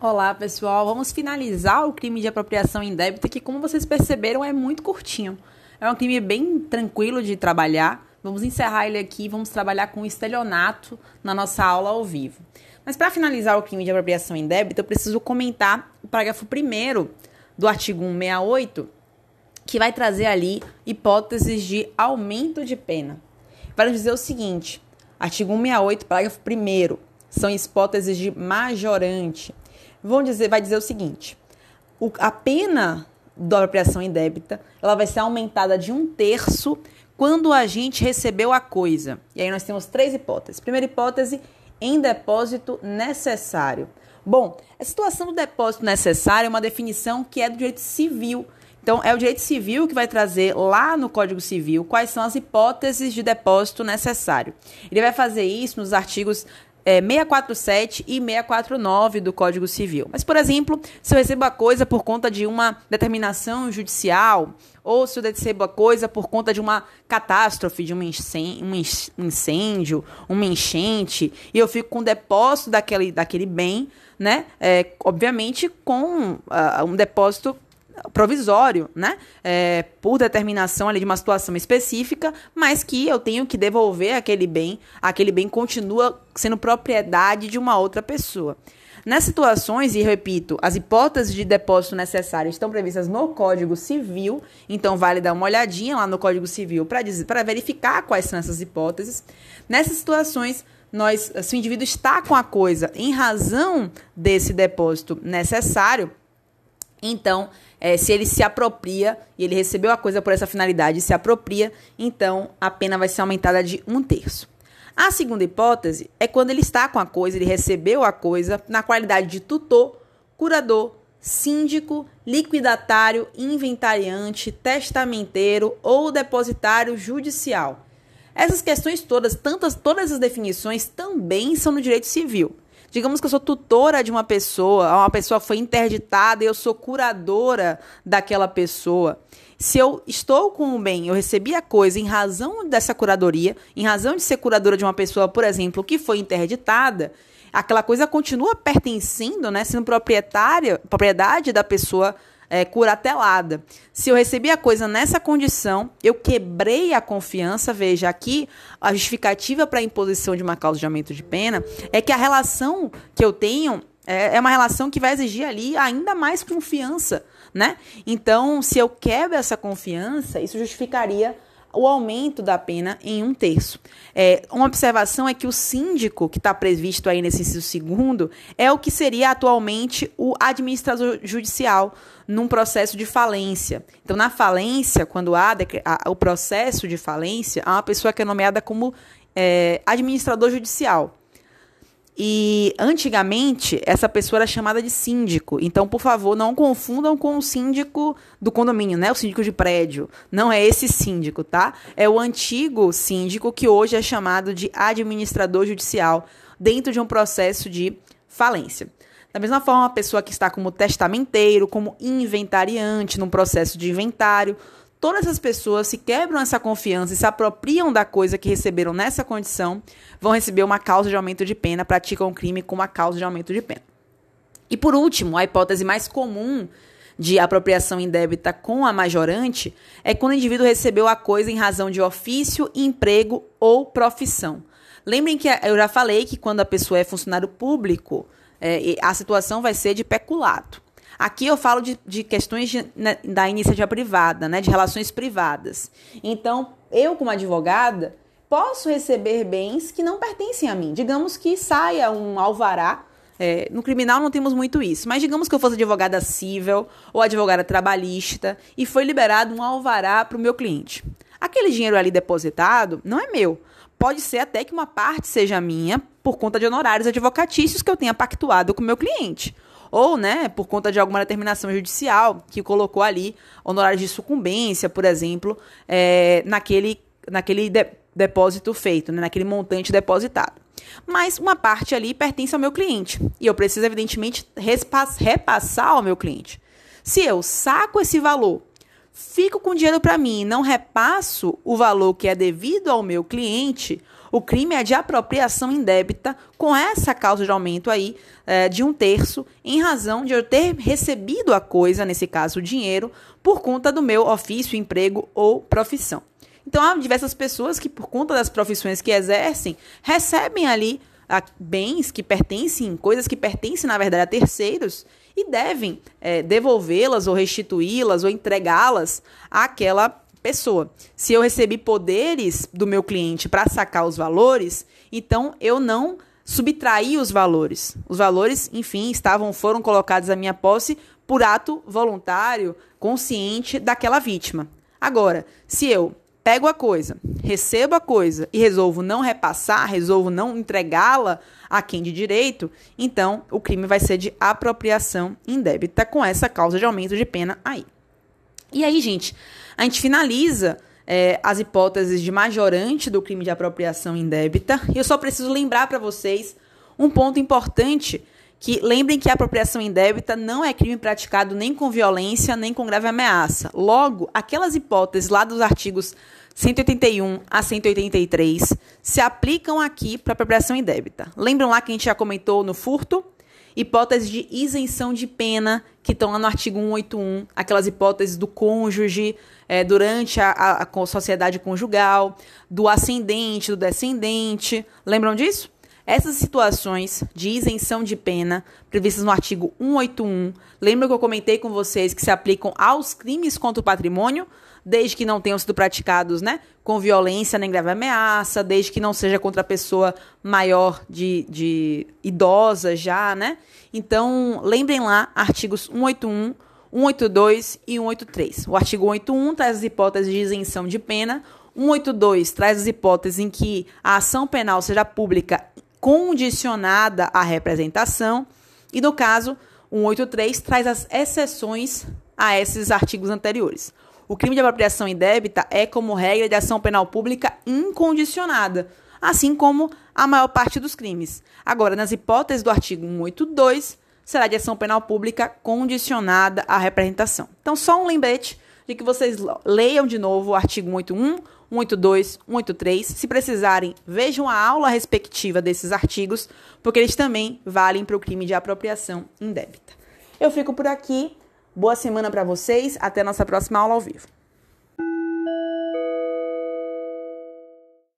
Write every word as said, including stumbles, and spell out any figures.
Olá, pessoal. Vamos finalizar o crime de apropriação indébita, que, como vocês perceberam, é muito curtinho. É um crime bem tranquilo de trabalhar. Vamos encerrar ele aqui e vamos trabalhar com o estelionato na nossa aula ao vivo. Mas, para finalizar o crime de apropriação indébita, eu preciso comentar o parágrafo primeiro do artigo cento e sessenta e oito, que vai trazer ali hipóteses de aumento de pena. Vai nos dizer o seguinte: artigo cento e sessenta e oito, parágrafo primeiro, são hipóteses de majorante. Vão dizer, vai dizer o seguinte: o, a pena da apropriação indébita ela vai ser aumentada de um terço quando o agente recebeu a coisa. E aí nós temos três hipóteses. Primeira hipótese, em depósito necessário. Bom, a situação do depósito necessário é uma definição que é do direito civil. Então, é o direito civil que vai trazer lá no Código Civil quais são as hipóteses de depósito necessário. Ele vai fazer isso nos artigos É, seiscentos e quarenta e sete e seiscentos e quarenta e nove do Código Civil. Mas, por exemplo, se eu recebo a coisa por conta de uma determinação judicial, ou se eu recebo a coisa por conta de uma catástrofe, de um incêndio, uma enchente, e eu fico com o depósito daquele, daquele bem, né? É, obviamente com uh, um depósito provisório, né? É, por determinação ali de uma situação específica, mas que eu tenho que devolver aquele bem, aquele bem continua sendo propriedade de uma outra pessoa. Nessas situações, e repito, as hipóteses de depósito necessário estão previstas no Código Civil, então vale dar uma olhadinha lá no Código Civil para verificar quais são essas hipóteses. Nessas situações, nós, se o indivíduo está com a coisa em razão desse depósito necessário, então, é, se ele se apropria e ele recebeu a coisa por essa finalidade e se apropria, então a pena vai ser aumentada de um terço. A segunda hipótese é quando ele está com a coisa, ele recebeu a coisa na qualidade de tutor, curador, síndico, liquidatário, inventariante, testamenteiro ou depositário judicial. Essas questões todas, tantas, todas as definições também são no direito civil. Digamos que eu sou tutora de uma pessoa, uma pessoa foi interditada e eu sou curadora daquela pessoa. Se eu estou com o bem, eu recebi a coisa em razão dessa curadoria, em razão de ser curadora de uma pessoa, por exemplo, que foi interditada, aquela coisa continua pertencendo, né, sendo proprietária, propriedade da pessoa É, curatelada. Se eu recebi a coisa nessa condição, eu quebrei a confiança. Veja, aqui a justificativa para a imposição de uma causa de aumento de pena é que a relação que eu tenho é, é uma relação que vai exigir ali ainda mais confiança, né? Então, se eu quebro essa confiança, isso justificaria o aumento da pena em um terço. É, uma observação é que o síndico, que está previsto aí nesse inciso segundo, é o que seria atualmente o administrador judicial num processo de falência. Então, na falência, quando há a, o processo de falência, há uma pessoa que é nomeada como é, administrador judicial. E, antigamente, essa pessoa era chamada de síndico. Então, por favor, não confundam com o síndico do condomínio, né? O síndico de prédio. Não é esse síndico, tá? É o antigo síndico que hoje é chamado de administrador judicial dentro de um processo de falência. Da mesma forma, a pessoa que está como testamenteiro, como inventariante num processo de inventário, todas essas pessoas se quebram essa confiança e se apropriam da coisa que receberam nessa condição, vão receber uma causa de aumento de pena, praticam um crime com uma causa de aumento de pena. E por último, a hipótese mais comum de apropriação indébita com a majorante é quando o indivíduo recebeu a coisa em razão de ofício, emprego ou profissão. Lembrem que eu já falei que quando a pessoa é funcionário público, é, a situação vai ser de peculato. Aqui eu falo de, de questões de, né, da iniciativa privada, né, de relações privadas. Então, eu, como advogada, posso receber bens que não pertencem a mim. Digamos que saia um alvará. É, no criminal não temos muito isso, mas digamos que eu fosse advogada civil ou advogada trabalhista e foi liberado um alvará para o meu cliente. Aquele dinheiro ali depositado não é meu. Pode ser até que uma parte seja minha por conta de honorários advocatícios que eu tenha pactuado com o meu cliente. Ou, né, por conta de alguma determinação judicial que colocou ali honorários de sucumbência, por exemplo, é, naquele, naquele de, depósito feito, né, naquele montante depositado. Mas uma parte ali pertence ao meu cliente e eu preciso, evidentemente, repassar ao meu cliente. Se eu saco esse valor, fico com o dinheiro para mim e não repasso o valor que é devido ao meu cliente, o crime é de apropriação indébita com essa causa de aumento aí é, de um terço, em razão de eu ter recebido a coisa, nesse caso o dinheiro, por conta do meu ofício, emprego ou profissão. Então, há diversas pessoas que, por conta das profissões que exercem, recebem ali a, bens que pertencem, coisas que pertencem, na verdade, a terceiros, e devem é, devolvê-las ou restituí-las ou entregá-las àquela pessoa. Se eu recebi poderes do meu cliente para sacar os valores, então eu não subtraí os valores. Os valores, enfim, estavam, foram colocados à minha posse por ato voluntário, consciente daquela vítima. Agora, se eu pego a coisa, recebo a coisa e resolvo não repassar, resolvo não entregá-la a quem de direito, então o crime vai ser de apropriação indébita com essa causa de aumento de pena aí. E aí, gente, a gente finaliza é, as hipóteses de majorante do crime de apropriação indébita. E eu só preciso lembrar para vocês um ponto importante, que lembrem que a apropriação indébita não é crime praticado nem com violência, nem com grave ameaça. Logo, aquelas hipóteses lá dos artigos cento e oitenta e um a cento e oitenta e três se aplicam aqui para apropriação indébita. Lembram lá que a gente já comentou no furto? Hipóteses de isenção de pena, que estão lá no artigo cento e oitenta e um, aquelas hipóteses do cônjuge é, durante a, a, a sociedade conjugal, do ascendente, do descendente. Lembram disso? Essas situações de isenção de pena previstas no artigo cento e oitenta e um, lembram que eu comentei com vocês que se aplicam aos crimes contra o patrimônio, desde que não tenham sido praticados, né, com violência nem grave ameaça, desde que não seja contra a pessoa maior de, de idosa já, né? Então, lembrem lá, artigos cento e oitenta e um, cento e oitenta e dois e cento e oitenta e três. O artigo cento e oitenta e um traz as hipóteses de isenção de pena, cento e oitenta e dois traz as hipóteses em que a ação penal seja pública condicionada à representação, e no caso, cento e oitenta e três traz as exceções a esses artigos anteriores. O crime de apropriação indébita é, como regra, de ação penal pública incondicionada, assim como a maior parte dos crimes. Agora, nas hipóteses do artigo cento e oitenta e dois, será de ação penal pública condicionada à representação. Então, só um lembrete de que vocês leiam de novo o artigo cento e oitenta e um, cento e oitenta e dois, cento e oitenta e três. Se precisarem, vejam a aula respectiva desses artigos, porque eles também valem para o crime de apropriação indébita. Eu fico por aqui. Boa semana para vocês. Até nossa próxima aula ao vivo.